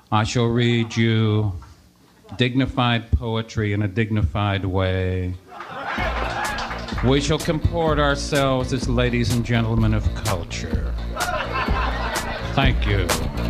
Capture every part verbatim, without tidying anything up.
I shall read you dignified poetry in a dignified way. We shall comport ourselves as ladies and gentlemen of culture. Thank you.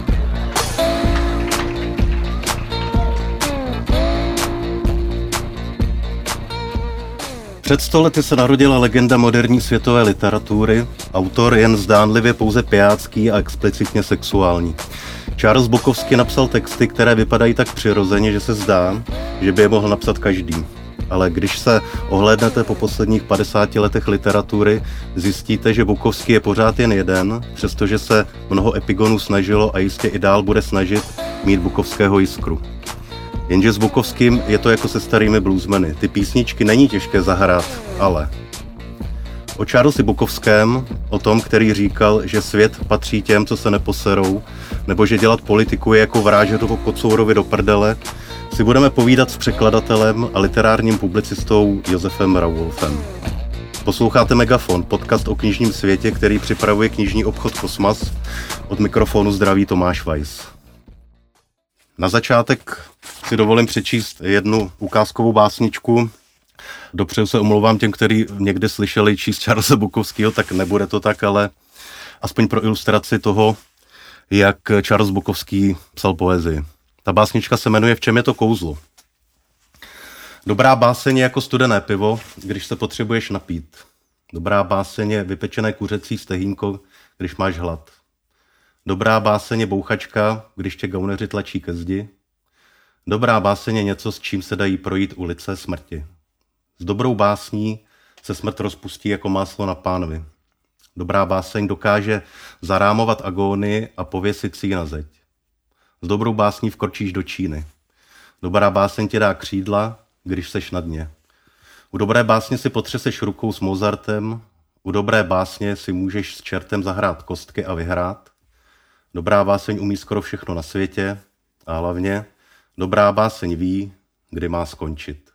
Před sto lety se narodila legenda moderní světové literatury, autor jen zdánlivě pouze pijácký a explicitně sexuální. Charles Bukowski napsal texty, které vypadají tak přirozeně, že se zdá, že by je mohl napsat každý. Ale když se ohlédnete po posledních padesáti letech literatury, zjistíte, že Bukowski je pořád jen jeden, přestože se mnoho epigonů snažilo a jistě i dál bude snažit mít bukovského jiskru. Jenže s Bukowským je to jako se starými bluesmeny. Ty písničky není těžké zahrát, ale... O Charlesi Bukowském, o tom, který říkal, že svět patří těm, co se neposerou, nebo že dělat politiku je jako vrážet do kocourovi do prdele, si budeme povídat s překladatelem a literárním publicistou Josefem Raulfem. Posloucháte Megafon, podcast o knižním světě, který připravuje knižní obchod Kosmas. Od mikrofonu zdraví Tomáš Weiss. Na začátek si dovolím přečíst jednu ukázkovou básničku. Dopředu se omlouvám těm, kteří někdy slyšeli číst Charlese Bukowského, tak nebude to tak, ale aspoň pro ilustraci toho, jak Charles Bukowský psal poezii. Ta básnička se jmenuje V čem je to kouzlo. Dobrá báseň je jako studené pivo, když se potřebuješ napít. Dobrá báseň je vypečené kuřecí stehínko, když máš hlad. Dobrá báseň je bouchačka, když tě gauneři tlačí ke zdi. Dobrá báseň je něco, s čím se dají projít ulice smrti. S dobrou básní se smrt rozpustí jako máslo na pánvi. Dobrá báseň dokáže zarámovat agónii a pověsit si ji na zeď. S dobrou básní vkročíš do Číny. Dobrá báseň ti dá křídla, když seš na dně. U dobré básně si potřeseš rukou s Mozartem, u dobré básně si můžeš s čertem zahrát kostky a vyhrát. Dobrá báseň umí skoro všechno na světě a hlavně dobrá báseň ví, kdy má skončit.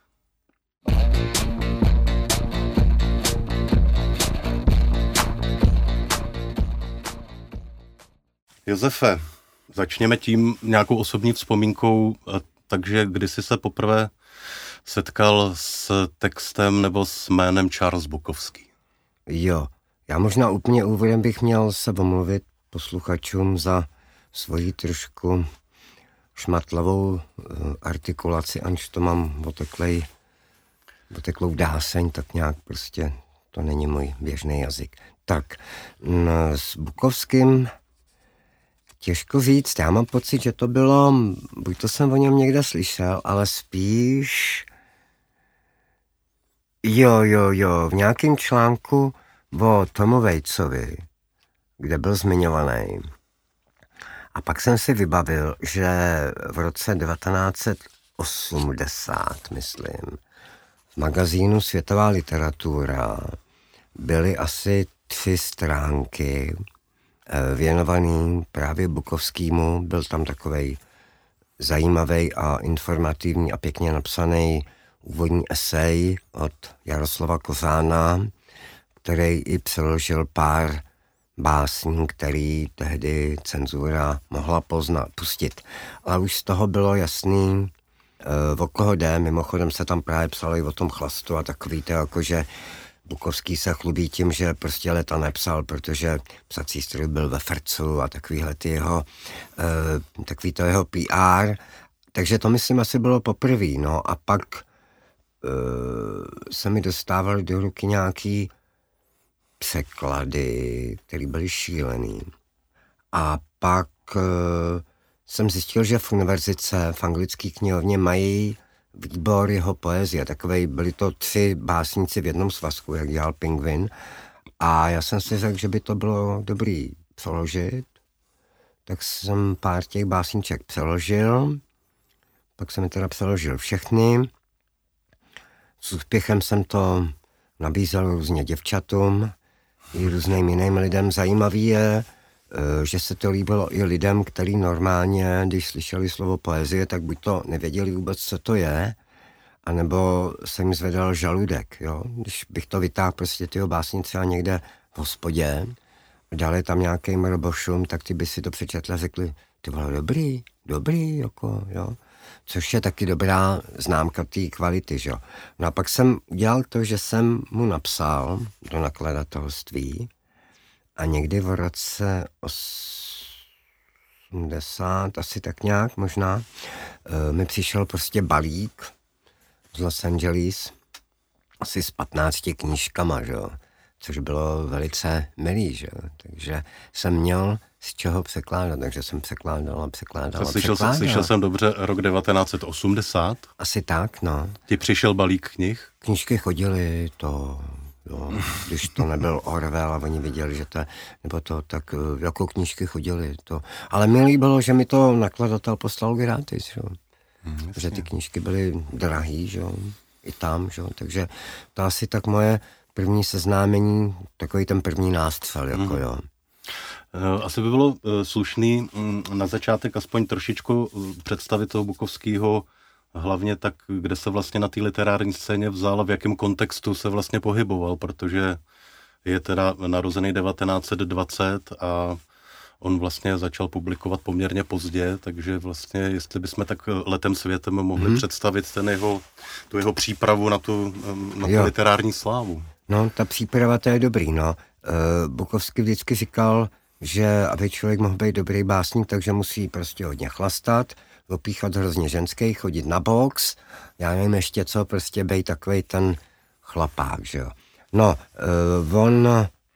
Josefe, začněme tím nějakou osobní vzpomínkou, takže kdy jsi se poprvé setkal s textem nebo s jménem Charles Bukowski? Jo, já možná úplně úvodem bych měl se omluvit posluchačům za svoji trošku šmatlavou artikulaci, aniž to mám oteklej, oteklou dáseň, tak nějak prostě to není můj běžný jazyk. Tak, s Bukowským těžko říct, já mám pocit, že to bylo, buď to jsem o něm někde slyšel, ale spíš, jo, jo, jo, v nějakém článku o Tomu Waitsovi, kde byl zmiňovaný. A pak jsem si vybavil, že v roce devatenáct set osmdesát, myslím, v magazínu Světová literatura byly asi tři stránky věnovaný právě Bukowskému. Byl tam takovej zajímavý a informativní a pěkně napsaný úvodní esej od Jaroslava Kozána, který i přeložil pár básní, který tehdy cenzura mohla poznat, pustit. Ale už z toho bylo jasný, e, o koho jde. Mimochodem se tam právě psalo i o tom chlastu a takový to, jakože Bukowský se chlubí tím, že prostě leta nepsal, protože psací stroj byl ve frcu a takovýhle ty jeho, e, takový to jeho P R. Takže to myslím asi bylo poprvé. No a pak e, se mi dostávaly do ruky nějaký překlady, které byly šílený. A pak e, jsem zjistil, že v univerzitě, v anglické knihovně mají výbor jeho poezie. Takovej, byli to tři básníci v jednom svazku, jak dělal Pingvin. A já jsem si řekl, že by to bylo dobrý přeložit. Tak jsem pár těch básníček přeložil. Pak jsem je teda přeložil všechny. S úspěchem jsem to nabízel různě děvčatům i různým jiným lidem. Zajímavý je, že se to líbilo i lidem, kteří normálně, když slyšeli slovo poezie, tak buď to nevěděli vůbec, co to je, anebo se jim zvedal žaludek. Jo? Když bych to vytáhl prostě tyho básnice a někde v hospodě, dali tam nějakým robošům, tak ty by si to přečetli a řekli, ty vole, dobrý, dobrý, jako, jo. Což je taky dobrá známka té kvality, že jo. No a pak jsem udělal to, že jsem mu napsal do nakladatelství a někdy v roce osmdesát, asi tak nějak možná, mi přišel prostě balík z Los Angeles, asi s patnácti knížkama, že jo, což bylo velice milý, že jo, takže jsem měl z čeho překládat, takže jsem překládal a překládal a slyšel, překládal. Slyšel jsem dobře, rok devatenáct set osmdesát? Asi tak, no. Ti přišel balík knih? Knížky chodily, to, jo, když to nebyl Orwell a oni viděli, že to je, nebo to, tak jako knížky chodily, to. Ale mi líbilo, že mi to nakladatel poslal gratis, jo. Hmm, že ty knížky byly drahý, že jo, i tam, že jo, takže to asi tak moje první seznámení, takový ten první nástřel, jako hmm. jo. Asi by bylo slušný na začátek aspoň trošičku představit toho Bukovského, hlavně tak, kde se vlastně na té literární scéně vzal a v jakém kontextu se vlastně pohyboval, protože je teda narozený devatenáct set dvacet a on vlastně začal publikovat poměrně pozdě, takže vlastně, jestli bychom tak letem světem mohli hmm. představit ten jeho, tu jeho přípravu na tu, na tu literární slávu. No, ta příprava, to je dobrý, no. Uh, Bukovský vždycky říkal, že aby člověk mohl být dobrý básník, takže musí prostě hodně chlastat, opíchat hrozně ženský, chodit na box, já nevím ještě co, prostě být takovej ten chlapák, že jo. No, uh, on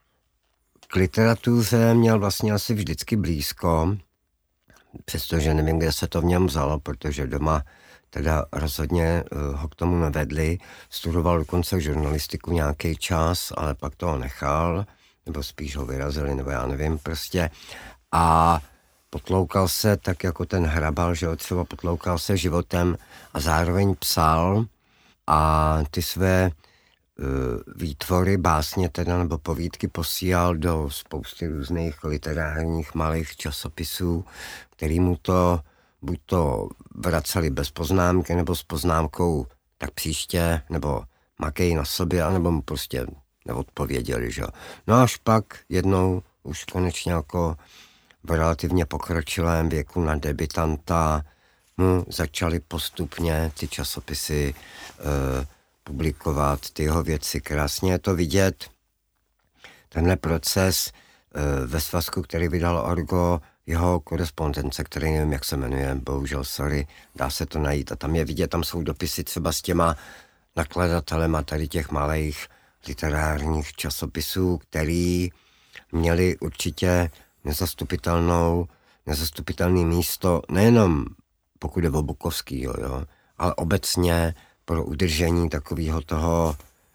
k literatuře měl vlastně asi vždycky blízko, přestože nevím, kde se to v něm vzalo, protože doma teda rozhodně uh, ho k tomu nevedli. Studoval dokonce žurnalistiku nějaký čas, ale pak toho nechal, nebo spíš ho vyrazili, nebo já nevím prostě. A potloukal se tak jako ten Hrabal, že jo, třeba potloukal se životem a zároveň psal a ty své uh, výtvory, básně teda, nebo povídky posílal do spousty různých literárních malých časopisů, který mu to buď to vraceli bez poznámky, nebo s poznámkou tak příště, nebo makej na sobě, anebo mu prostě neodpověděli, že jo. No až pak jednou už konečně jako v relativně pokročilém věku na debutanta mu začaly postupně ty časopisy e, publikovat ty jeho věci. Krásně je to vidět, tenhle proces e, ve svazku, který vydal Orgo, jeho korespondence, který nevím, jak se jmenuje, bohužel, sorry, dá se to najít. A tam je vidět, tam jsou dopisy třeba s těma nakladatelema tady těch malých literárních časopisů, který měli určitě nezastupitelnou, nezastupitelné místo, nejenom pokud jde o Bukovskýho, jo, ale obecně pro udržení takového toho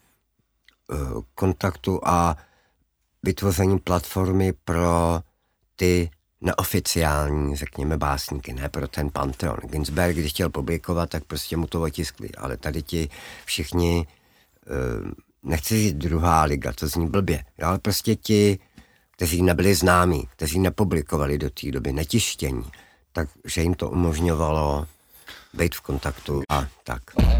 uh, kontaktu a vytvoření platformy pro ty neoficiální, řekněme, básníky, ne pro ten panteon. Ginsberg, když chtěl publikovat, tak prostě mu to otiskli, ale tady ti všichni, uh, nechci říct druhá liga, to zní blbě, jo, ale prostě ti, kteří nebyli známí, kteří nepublikovali do té doby, netištění, takže jim to umožňovalo být v kontaktu a tak.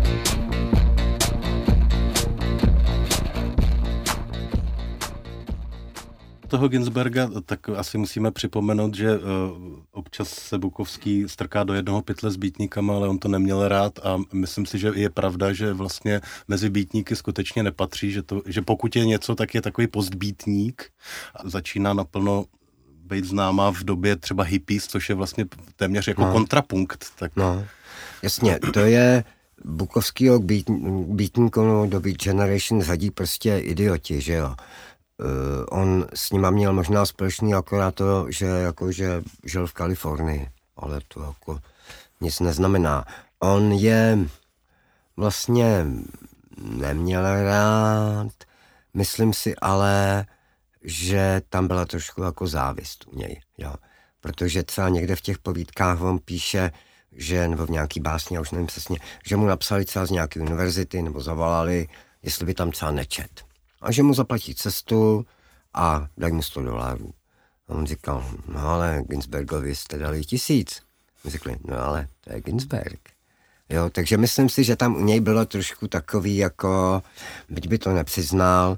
Toho Ginsberga, tak asi musíme připomenout, že uh, občas se Bukovský strká do jednoho pytle s býtníkama, ale on to neměl rád a myslím si, že je pravda, že vlastně mezi býtníky skutečně nepatří, že, to, že pokud je něco, tak je takový postbýtník a začíná naplno být známá v době třeba hippies, což je vlastně téměř jako no. kontrapunkt. Tak... No, jasně, to je Bukovskýho k být, býtníkům do Beat Generation řadí prostě idioti, že jo. Uh, on s nima měl možná společný akorát to, že jakože žil v Kalifornii, ale to jako nic neznamená. On je vlastně neměl rád, myslím si ale, že tam byla trošku jako závist u něj, jo. Protože třeba někde v těch povídkách on píše, že, nebo v nějaký básni, já už nevím přesně, že mu napsali třeba z nějaké univerzity, nebo zavolali, jestli by tam třeba nečet. A že mu zaplatí cestu a dají mu sto dolarů. A on říkal, no ale Ginsbergovi jste dali tisíc. My řekli, no ale to je Ginsberg. Jo, takže myslím si, že tam u něj bylo trošku takový jako, byť by to nepřiznal,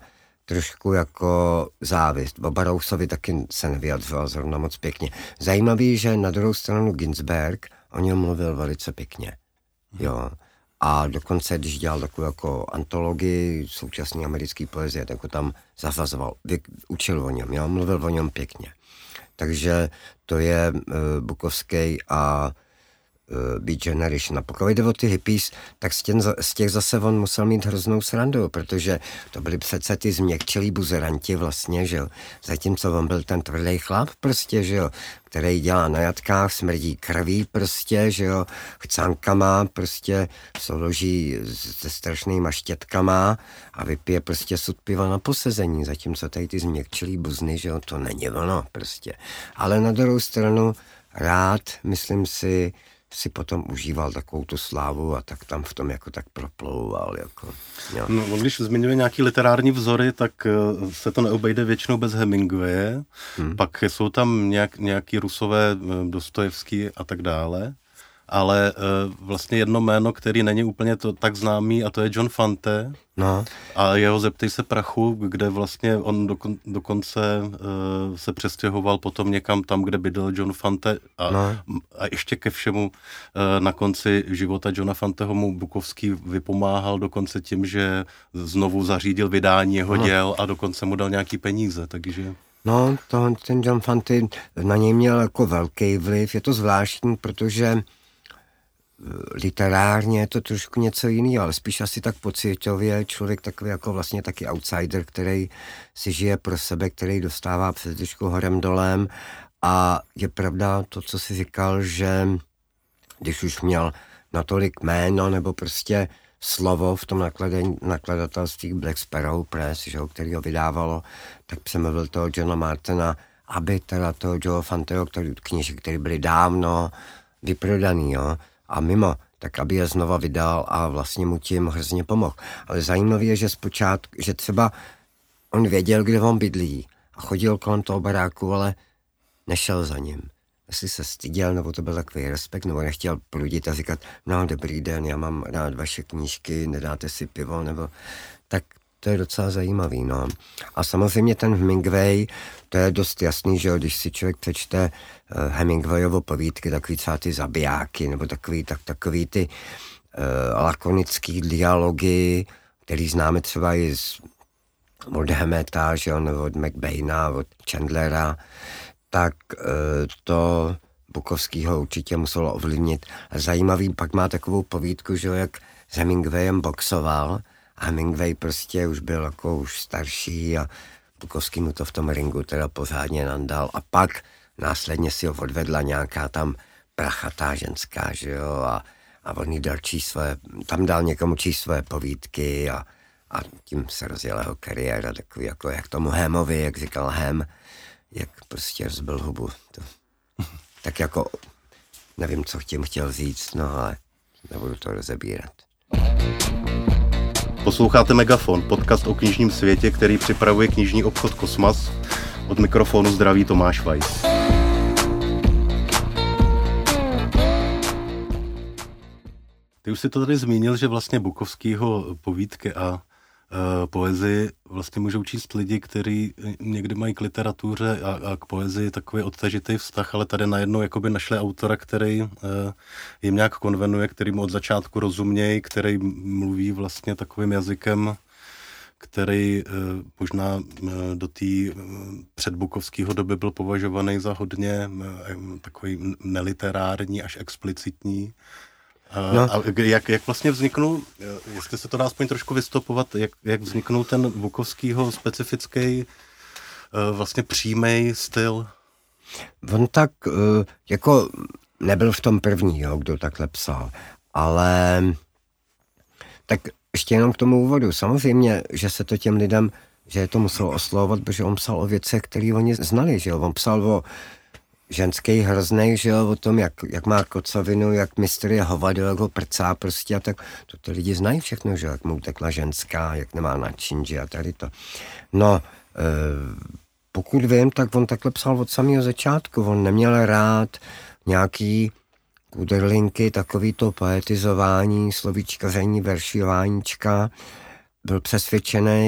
trošku jako závist. O Barousovi taky se nevyjadřoval zrovna moc pěkně. Zajímavý, že na druhou stranu Ginsberg o něm mluvil velice pěkně. Jo. A dokonce, když dělal takovou jako antologii současné americké poezie, tak ho tam zafazoval, učil o něm, jo, mluvil o něm pěkně. Takže to je uh, Bukovský a uh, Beat Generation. A pokud jde o ty hippies, tak z těch, z těch zase on musel mít hroznou srandu, protože to byly přece ty změkčilí buzeranti vlastně, že jo. Zatímco on byl ten tvrdý chlap prostě, že jo, který dělá na jatkách, smrdí krví prostě, že jo, chcánkama, prostě soloží se strašnýma štětkama a vypije prostě sud piva na posezení, zatímco tady ty změkčilí buzny, že jo, to není ono prostě. Ale na druhou stranu rád, myslím si, si potom užíval takovou tu slávu a tak tam v tom jako tak proplouval. Jako, no, když zmiňuje nějaký literární vzory, tak se to neobejde většinou bez Hemingwaye. Hmm. Pak jsou tam nějak, nějaký Rusové, Dostojevský a tak dále. Ale uh, vlastně jedno jméno, který není úplně to tak známý, a to je John Fante. No. A jeho Zeptej se prachu, kde vlastně on dokon, dokonce uh, se přestěhoval potom někam tam, kde bydlel John Fante. A, no. a ještě ke všemu uh, na konci života Johna Fanteho mu Bukovský vypomáhal dokonce tím, že znovu zařídil vydání jeho no. děl a dokonce mu dal nějaký peníze, takže... No, to, ten John Fante na něj měl jako velký vliv. Je to zvláštní, protože literárně je to trošku něco jiného, ale spíš asi tak pocitově člověk takový jako vlastně taky outsider, který si žije pro sebe, který dostává přezdečku horem dolem a je pravda to, co jsi říkal, že když už měl natolik jméno nebo prostě slovo v tom nakladatelství Black Sparrow Press, že, který ho vydávalo, tak přemluvil toho Johna Martina, aby teda toho Joe Fanteho, který, knížky, které byly dávno vyprodaný, jo, a mimo, tak aby je znova vydal a vlastně mu tím hrozně pomohl. Ale zajímavé je, že zpočátku, že třeba on věděl, kde on bydlí a chodil kolem toho baráku, ale nešel za ním. Jestli se styděl, nebo to byl takový respekt, nebo nechtěl pludit a říkat, no dobrý den, já mám rád vaše knížky, nedáte si pivo, nebo tak to je docela zajímavý, no. A samozřejmě ten Hemingway, to je dost jasný, že jo, když si člověk přečte uh, Hemingwayovo povídky, takový třeba ty zabijáky, nebo takový, tak, takový ty uh, lakonický dialogy, který známe třeba i z, od Hameta, že jo, nebo od McBaina, od Chandlera, tak uh, to Bukovskýho určitě muselo ovlivnit. A zajímavý, pak má takovou povídku, že jo, jak s Hemingwayem boxoval, a Hemingway prostě už byl jako už starší a Bukovský mu to v tom ringu teda pořádně nandal a pak následně si ho odvedla nějaká tam prachatá ženská, že jo, a, a on jí dal číst svoje, tam dal někomu číst svoje povídky a, a tím se rozjela jeho kariéra, takový jako jak tomu Hemovi, jak říkal Hem, jak prostě rozbil hubu. To, tak jako, nevím, co tím chtěl říct, no ale nebudu to rozebírat. Posloucháte Megafon, podcast o knižním světě, který připravuje knižní obchod Kosmas. Od mikrofonu zdraví Tomáš Weiss. Ty už si to tady zmínil, že vlastně Bukovskýho povídky a uh, poezii vlastně můžou číst lidi, kteří někdy mají k literatuře a, a k poezii takový odtažitý vztah, ale tady najednou jakoby našli autora, který uh, jim nějak konvenuje, který mu od začátku rozumějí, který mluví vlastně takovým jazykem, který uh, možná uh, do té uh, předbukovského doby byl považovaný za hodně uh, takový neliterární až explicitní. No. A jak, jak vlastně vzniknul, jestli se to dá aspoň trošku vystopovat, jak, jak vzniknul ten Bukovskýho specifický vlastně přímý styl? On tak jako nebyl v tom první, jo, kdo takhle psal, ale tak ještě jenom k tomu úvodu. Samozřejmě, že se to těm lidem, že je to muselo oslovovat, protože on psal o věcech, které oni znali, že jo, on psal o ženský hroznej, že jo, o tom, jak, jak má kocovinu, jak mistr je hovado, jak ho prcá prostě a tak, to ty lidi znají všechno, že jo, jak mu utekla ženská, jak nemá na činži a tady to. No, e, pokud vím, tak on takhle psal od samého začátku, on neměl rád nějaký kudrlinky, takový to poetizování, slovíčkaření, veršováníčka, byl přesvědčený,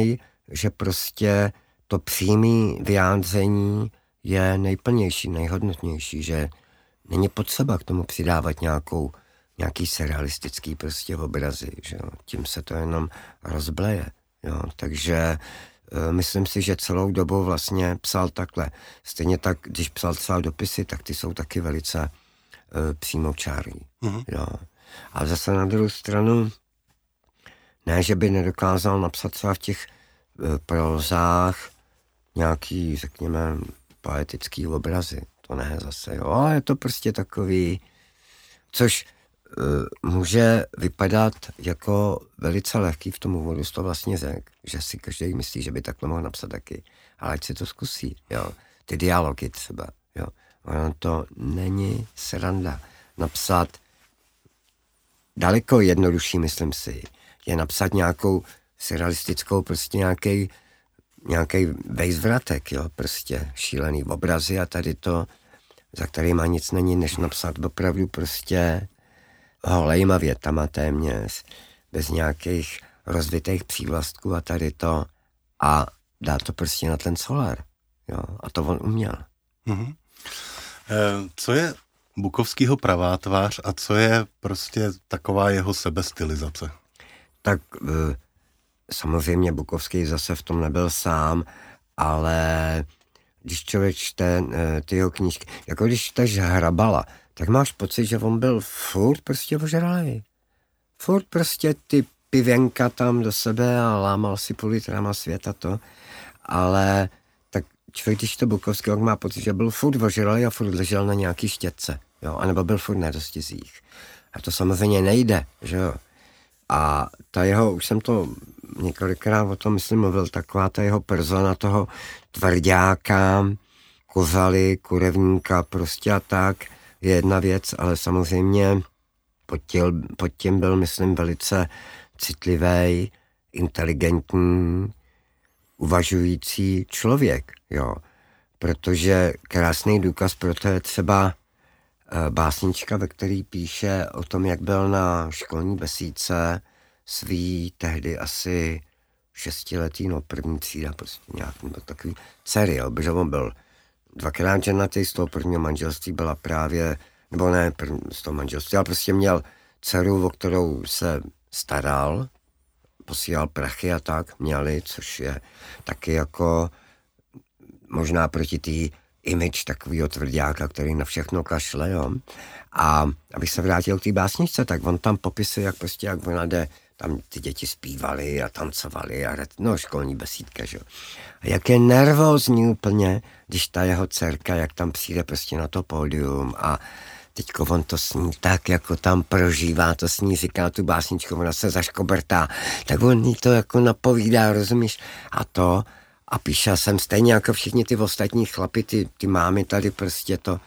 že prostě to přímé vyjádření je nejplnější, nejhodnotnější, že není potřeba k tomu přidávat nějakou, nějaký surrealistický prostě obrazy, že jo? Tím se to jenom rozbleje, jo? Takže uh, myslím si, že celou dobu vlastně psal takhle. Stejně tak, když psal třeba dopisy, tak ty jsou taky velice uh, přímočární, mm-hmm. jo? Ale zase na druhou stranu, ne, že by nedokázal napsat třeba v těch uh, prózách nějaký, řekněme, poetický obrazy. To ne zase, jo, ale je to prostě takový, což uh, může vypadat jako velice lehký v tom úvodu, to vlastně řek, že si každý myslí, že by takhle mohl napsat taky, ale ať si to zkusí, jo, ty dialogy třeba, jo, ono to není sranda. Napsat daleko jednodušší, myslím si, je napsat nějakou surrealistickou, prostě nějaký nějaký vejzvratek, jo, prostě šílený obrazy a tady to, za kterýma nic není, než napsat opravdu prostě holejma větama téměř, bez nějakých rozvitých přívlastků a tady to a dá to prostě na ten solar, jo, a to on uměl. Mm-hmm. E, co je Bukovskýho pravá tvář a co je prostě taková jeho sebestylizace? Tak e, samozřejmě Bukovský zase v tom nebyl sám, ale když člověk čte e, ty jeho knížky, jako když čteš Hrabala, tak máš pocit, že on byl furt prostě ožralý. Furt prostě ty pivěnka tam do sebe a lámal si půl litrama světa to, ale tak člověk, když to Bukovský, má pocit, že byl furt ožralý a furt ležel na nějaký štětce, jo, anebo byl furt na dostizích. A to samozřejmě nejde, že jo. A ta jeho, už jsem to několikrát o tom, myslím, mluvil, taková ta jeho persona toho tvrďáka, kozaly, kurevníka, prostě a tak, je jedna věc, ale samozřejmě pod tím, pod tím byl, myslím, velice citlivý, inteligentní, uvažující člověk, jo. Protože krásný důkaz pro to je třeba básnička, ve který píše o tom, jak byl na školní besídce svý tehdy asi šestiletý, no první třída, prostě nějak, nebo takový dcery, jo, protože on byl dvakrát ženatý, z toho prvního manželství byla právě, nebo ne první, z toho manželství, ale prostě měl dceru, o kterou se staral, posílal prachy a tak, měli, což je taky jako možná proti té image takovýho tvrďáka, který na všechno kašle, jo. A abych se vrátil k té básničce, tak on tam popisuje, jak prostě, jak ona jde, tam ty děti zpívali a tancovali a no, školní besídka, že jo. A jak je nervózní úplně, když ta jeho dcerka, jak tam přijde prostě na to pódium a teďko on to s ní tak, jako tam prožívá, to s ní říká tu básničku, ona se zaškobertá, tak on jí to jako napovídá, rozumíš? A to A píšel jsem stejně jako všichni ty ostatní chlapi, ty, ty mámy tady prostě to,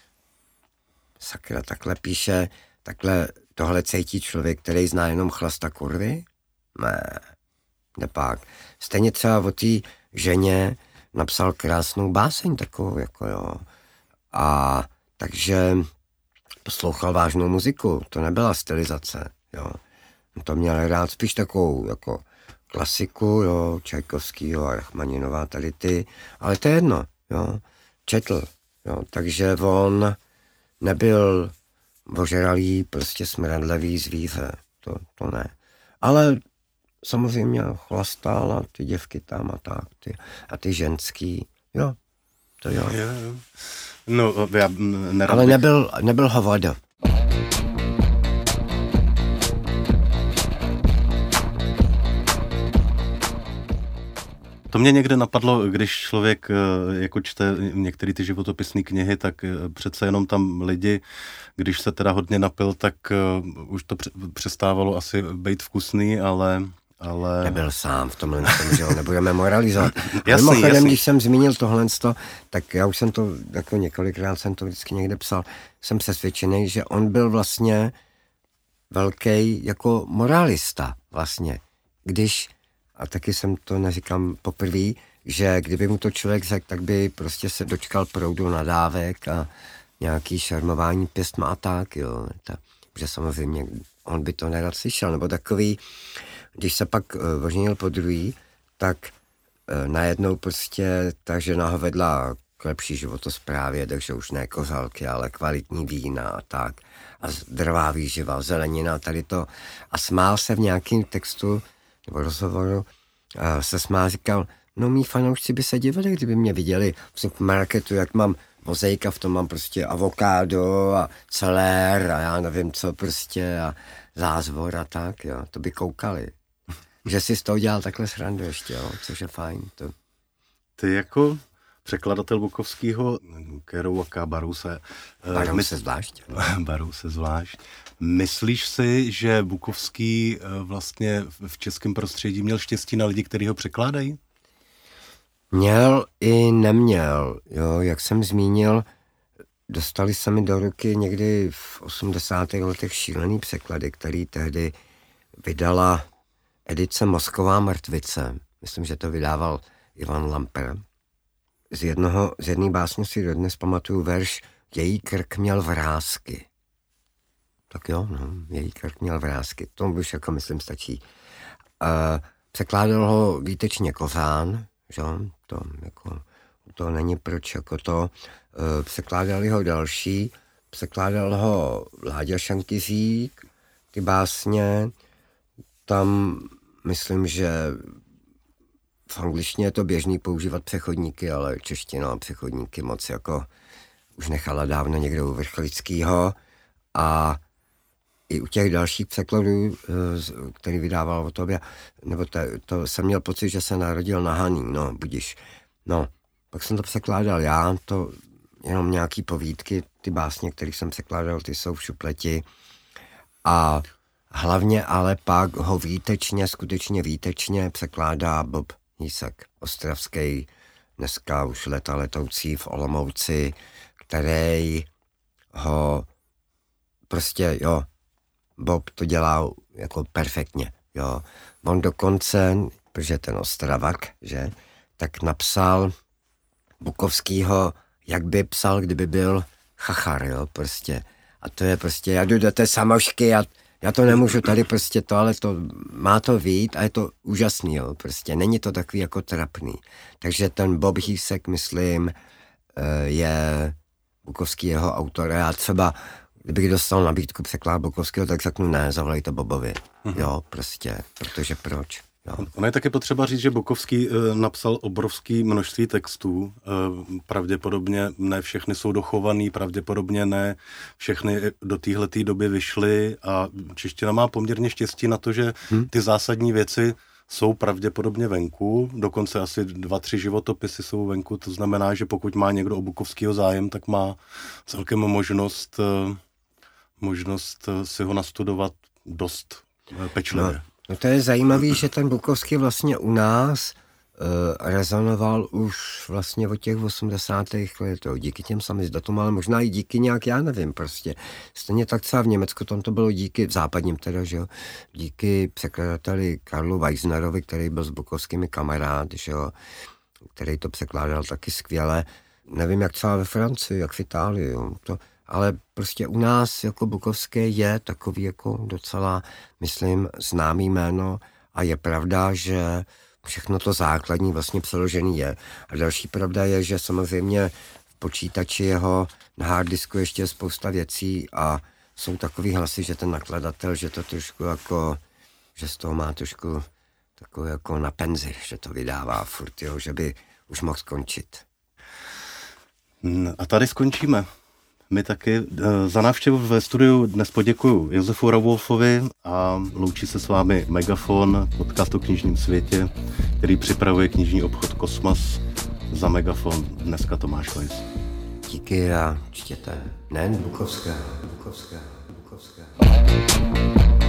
sakra, takhle píše, takhle tohle cítí člověk, který zná jenom chlasta kurvy? Ne, nepak. Stejně třeba o té ženě napsal krásnou báseň takovou, jako jo. A takže poslouchal vážnou muziku, to nebyla stylizace, jo. To měl rád spíš takovou, jako klasiku, jo, Čajkovskýho a Rachmaninová, tady ty, ale to je jedno, jo, četl, jo, takže on nebyl ožralý, prostě smradlavý zvíře, to, to ne, ale samozřejmě chlastal a ty děvky tam a tak, ty, a ty ženský, jo, to jo. jo, jo. No, já nerad ale bych... nebyl, nebyl hovado. To mě někde napadlo, když člověk jako čte některé ty životopisné knihy, tak přece jenom tam lidi, když se teda hodně napil, tak už to přestávalo asi být vkusný, ale... ale... Nebyl sám v tomhle, že jo, nebudeme moralizovat. jasný, mimochodem, jasný. Když jsem zmínil tohle, tak já už jsem to, jako několikrát jsem to vždycky někde psal, jsem přesvědčený, že on byl vlastně velký jako moralista vlastně, když a taky jsem to neříkám poprvé, že kdyby mu to člověk řekl, tak by prostě se dočkal proudu nadávek a nějaký šarmování pěstma a tak, jo. Ta, protože samozřejmě on by to nerad slyšel, nebo takový, když se pak uh, oženil po druhý, tak najednou prostě ta žena ho vedla k lepší životosprávě, takže už ne kořálky, ale kvalitní vína a tak. A zdravá výživa, zelenina, tady to. A smál se v nějakém textu nebo rozhovoru, a se smál, říkal, no mý fanoušci by se divili, kdyby mě viděli v supermarketu, jak mám mozejka, v tom mám prostě avokádo a celér a já nevím co prostě a zázvor a tak, jo, to by koukali. Že si z toho dělal takhle srandu ještě, jo, což je fajn. To. Ty jako překladatel Bukovského, Kerouaka, Baruse. Baruse zvlášť. Baruse zvlášť. Myslíš si, že Bukovský vlastně v českém prostředí měl štěstí na lidi, kteří ho překládají? Měl i neměl, jo, jak jsem zmínil, dostali se mi do ruky někdy v osmdesátých letech šílený překlady, který tehdy vydala edice Mozková mrtvice. Myslím, že to vydával Ivan Lamper. Z jednoho, z jedné básně si dodnes pamatuju verš Její krk měl vrásky. Tak jo, no, její krk měl vrásky. To už jako myslím stačí. Uh, překládal ho výtečně Kořán, že? To jako, to není proč jako to. Uh, překládali ho další, překládal ho Láďa Šankyřík, ty básně. Tam myslím, že v angličtině je to běžný používat přechodníky, ale čeština a přechodníky moc jako už nechala dávno někde u Vrchlickýho. A i u těch dalších překladů, který vydával o tobě, nebo to, to jsem měl pocit, že se narodil na Haný, no, budiš. No, pak jsem to překládal já, to jenom nějaký povídky, ty básně, které jsem překládal, ty jsou v šupleti. A hlavně ale pak ho výtečně, skutečně výtečně překládá Bob Hýsek, ostravský, dneska už leta letoucí v Olomouci, který ho prostě, jo, Bob to dělá jako perfektně, jo. On dokonce, protože ten Ostravak, že, tak napsal Bukovskýho, jak by psal, kdyby byl chachar, jo, prostě. A to je prostě, já jdu do té samošky a já to nemůžu tady prostě to, ale to má to vít a je to úžasný, jo, prostě. Není to takový jako trapný. Takže ten Bob Hýsek, myslím, je Bukovský jeho autor. Já třeba, kdybych dostal nabídku překládat Bukovského, tak řeknu ne, zavolejte Bobovi. Mhm. Jo, prostě, protože proč? Jo. Ono je taky potřeba říct, že Bukovský e, napsal obrovské množství textů. E, pravděpodobně ne všechny jsou dochovaný, pravděpodobně ne všechny do téhleté doby vyšly a čeština má poměrně štěstí na to, že hmm. ty zásadní věci jsou pravděpodobně venku, dokonce asi dva, tři životopisy jsou venku, to znamená, že pokud má někdo o Bukovského zájem, tak má celkem možnost, e, možnost si ho nastudovat dost pečlivě. No. No to je zajímavé, že ten Bukovský vlastně u nás uh, rezonoval už vlastně od těch osmdesátých letů, díky těm samizdatům, ale možná i díky nějak, já nevím prostě. Stejně tak třeba v Německu tam to bylo díky, v západním teda, že jo, díky překladateli Karlu Weisnerovi, který byl s Bukovskými kamarád, že jo, který to překládal taky skvěle. Nevím, jak třeba ve Francii, jak v Itálii, jo, to... Ale prostě u nás jako Bukovské je takový jako docela, myslím, známý jméno a je pravda, že všechno to základní vlastně přeložený je. A další pravda je, že samozřejmě v počítači jeho na harddisku ještě je spousta věcí a jsou takový hlasy, že ten nakladatel, že to trošku jako, že z toho má trošku takový jako na penzi, že to vydává furt, jo, že by už mohl skončit. A tady skončíme. My taky za návštěvu ve studiu dnes poděkuju Josefu Ravolfovi a loučí se s vámi Megafon, podcast o knižním světě, který připravuje knižní obchod Kosmas. Za Megafon dneska Tomáš Lejs. Díky a čtěte. Nejen Bukovského, Bukovského, Bukovského.